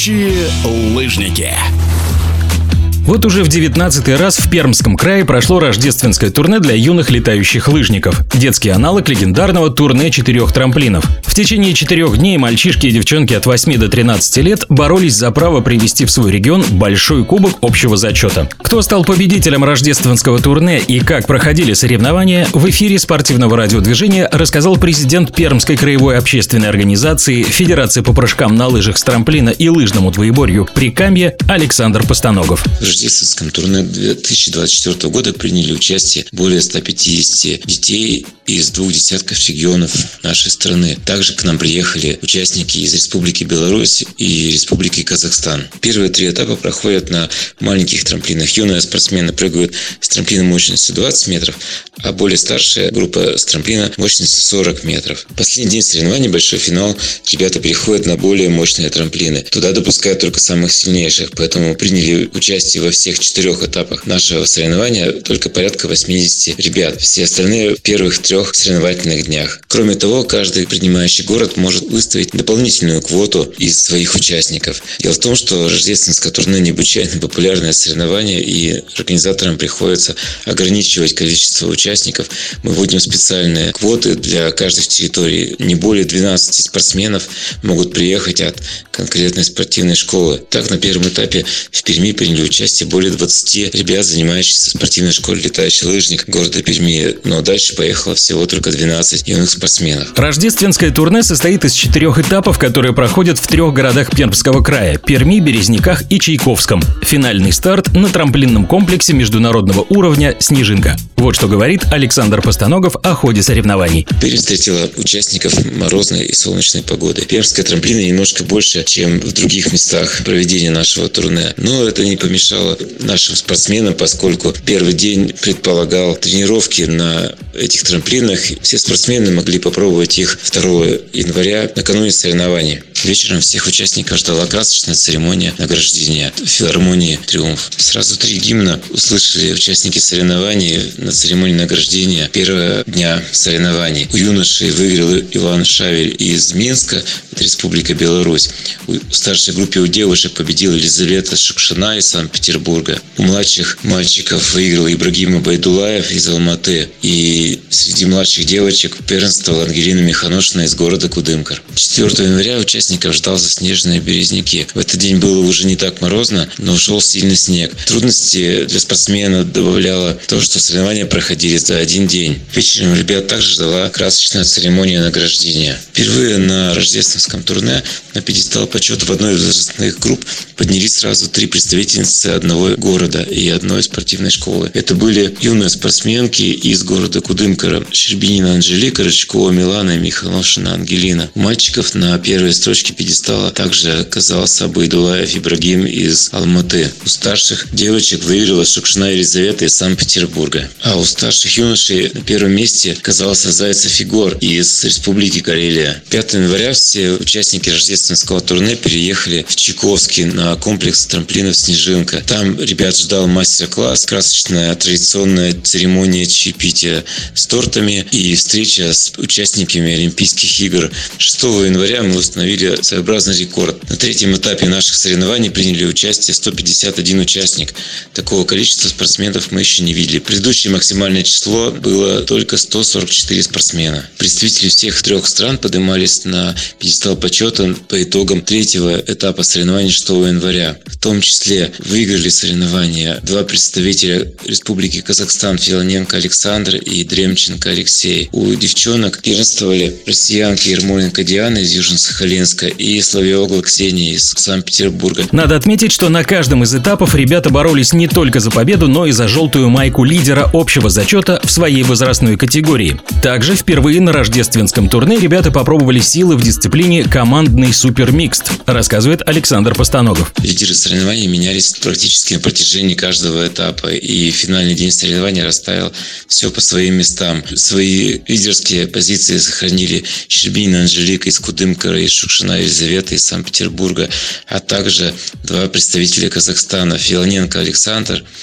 Настоящие лыжники. Вот уже в 19-й раз в Пермском крае прошло рождественское турне для юных летающих лыжников. Детский аналог легендарного турне 4 трамплинов. В течение 4 дней мальчишки и девчонки от 8 до 13 лет боролись за право привезти в свой регион большой кубок общего зачета. Кто стал победителем рождественского турне и как проходили соревнования, в эфире спортивного радиодвижения рассказал президент Пермской краевой общественной организации Федерации по прыжкам на лыжах с трамплина и лыжному двоеборью «Прикамье» Александр Постаногов. В рождественском турне 2024 года приняли участие более 150 детей из 2 десятков регионов нашей страны. Также к нам приехали участники из Республики Беларусь и Республики Казахстан. Первые 3 этапа проходят на маленьких трамплинах. Юные спортсмены прыгают с трамплина мощностью 20 метров, а более старшая группа с трамплина мощностью 40 метров. Последний день соревнований, большой финал, ребята переходят на более мощные трамплины. Туда допускают только самых сильнейших, поэтому приняли участие во всех 4 этапах нашего соревнования только порядка 80 ребят. Все остальные в первых 3 соревновательных днях. Кроме того, каждый принимающий город может выставить дополнительную квоту из своих участников. Дело в том, что рождественское турне необычайно популярное соревнование, и организаторам приходится ограничивать количество участников. Мы вводим специальные квоты для каждой территории. Не более 12 спортсменов могут приехать от конкретной спортивной школы. Так, на первом этапе в Перми приняли участие более 20 ребят, занимающихся в спортивной школе «Летающий лыжник» города Перми. Но дальше поехало всего только 12 юных спортсменов. Рождественское турне состоит из 4 этапов, которые проходят в 3 городах Пермского края – Перми, Березниках и Чайковском. Финальный старт на трамплинном комплексе международного уровня «Снежинка». Вот что говорит Александр Постаногов о ходе соревнований. Пермь встретила участников морозной и солнечной погоды. Пермская трамплина немножко больше, чем в других местах проведения нашего турне. Но это не помешало нашим спортсменам, поскольку первый день предполагал тренировки на этих трамплинах. Все спортсмены могли попробовать их 2 января, накануне соревнований. Вечером всех участников ждала красочная церемония награждения в филармонии «Триумф». Сразу 3 гимна услышали участники соревнований на церемонии награждения первого дня соревнований. У юношей выиграл Иван Шавель из Минска, это Республика Беларусь. В старшей группе у девушек победила Елизавета Шукшина из Санкт-Петербурга. У младших мальчиков выиграл Ибрагим Байдулаев из Алматы. И среди младших девочек первенствовала Ангелина Миханошина из города Кудымкар. 4 января участников ждал заснеженные Березники. В этот день было уже не так морозно, но шел сильный снег. Трудности для спортсмена добавляло то, что соревнования проходили за 1 день. Вечером ребят также ждала красочная церемония награждения. Впервые на рождественском турне на пьедестал почета в одной из возрастных групп поднялись сразу 3 представительницы одного города и одной спортивной школы. Это были юные спортсменки из города Кудымкара: Щербинина Анжелика, Рычкова Милана и Миханошина Ангелина. У мальчиков на первой строчке пьедестала также оказался Байдулаев Ибрагим из Алматы. У старших девочек выиграла Шукшина Елизавета из Санкт-Петербурга. А у старших юношей на первом месте оказался Зайцев Егор из Республики Карелия. 5 января все участники рождественского турне переехали в Чайковский на комплекс трамплинов «Снежинка». Там ребят ждал мастер-класс, красочная традиционная церемония чаепития с тортами и встреча с участниками Олимпийских игр. 6 января мы установили своеобразный рекорд. На 3-м этапе наших соревнований приняли участие 151 участник. Такого количества спортсменов мы еще не видели. Предыдущее максимальное число было только 144 спортсмена. Представители всех 3 стран поднимались на пьедестал почета по итогам 3-го этапа соревнований 6 января. В том числе выиграли соревнования 2 представителя Республики Казахстан: Филоненко Александр и Дремченко Алексей. У девчонок первенствовали россиянки Ермоленко Диана из Южно-Сахалинска и Славиогла Ксения из Санкт-Петербурга. Надо отметить, что на каждом из этапов ребята боролись не только за победу, но и за желтую майку лидера общего зачета в своей возрастной категории. Также впервые на рождественском турне ребята попробовали силы в дисциплине командный супермикст, рассказывает Александр Постаногов. Лидеры соревнований менялись практически на протяжении каждого этапа, и финальный день соревнований расставил все по своим местам. Свои лидерские позиции сохранили Щербинина Анжелика из Кудымкара и Шукшина Елизавета из Санкт-Петербурга, а также 2 представителя Казахстана: Филоненко Александр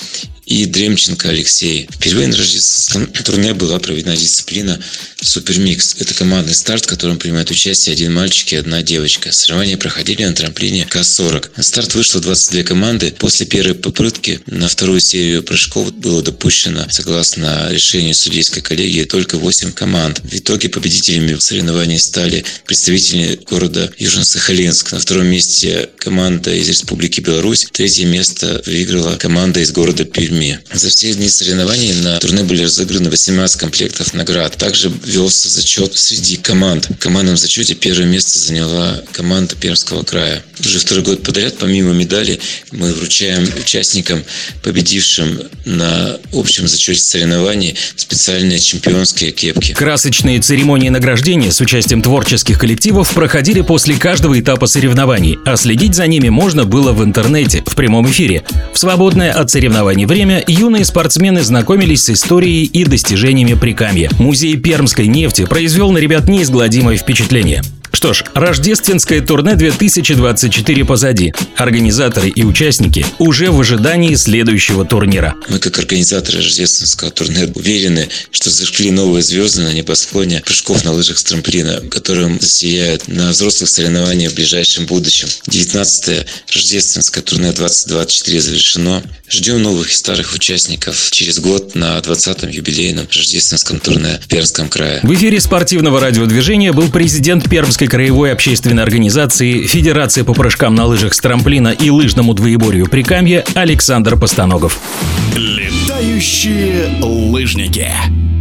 и Дремченко Алексей. Впервые на рождественском турне была проведена дисциплина Супермикс. Это командный старт, в котором принимают участие один мальчик и одна девочка. Соревнования проходили на трамплине К-40. На старт вышло 22 команды. После первой попытки на вторую серию прыжков было допущено, согласно решению судейской коллегии, только 8 команд. В итоге победителями соревнований стали представители города Южно-Сахалинск. На втором месте команда из Республики Беларусь. Третье место выиграла команда из города Перми. За все дни соревнований на турне были разыграны 18 комплектов наград. Также велся зачет среди команд. В командном зачете первое место заняла команда Пермского края. Уже второй год подряд, помимо медали, мы вручаем участникам, победившим на общем зачете соревнований, специальные чемпионские кепки. Красочные церемонии награждения с участием творческих коллективов проходили после каждого этапа соревнований, а следить за ними можно было в интернете, в прямом эфире. В свободное от соревнований время юные спортсмены знакомились с историей и достижениями Прикамья. Музей пермской нефти произвел на ребят неизгладимое впечатление. Что ж, рождественское турне 2024 позади. Организаторы и участники уже в ожидании следующего турнира. Мы, как организаторы рождественского турне, уверены, что зажгли новые звезды на небосклоне прыжков на лыжах с трамплина, которым засияют на взрослых соревнованиях в ближайшем будущем. 19-е рождественское турне 2024 завершено. Ждем новых и старых участников через год на 20-м юбилейном рождественском турне в Пермском крае. В эфире спортивного радиодвижения был президент Пермской краевой общественной организации Федерации по прыжкам на лыжах с трамплина и лыжному двоеборью Прикамья Александр Постаногов. Летающие лыжники.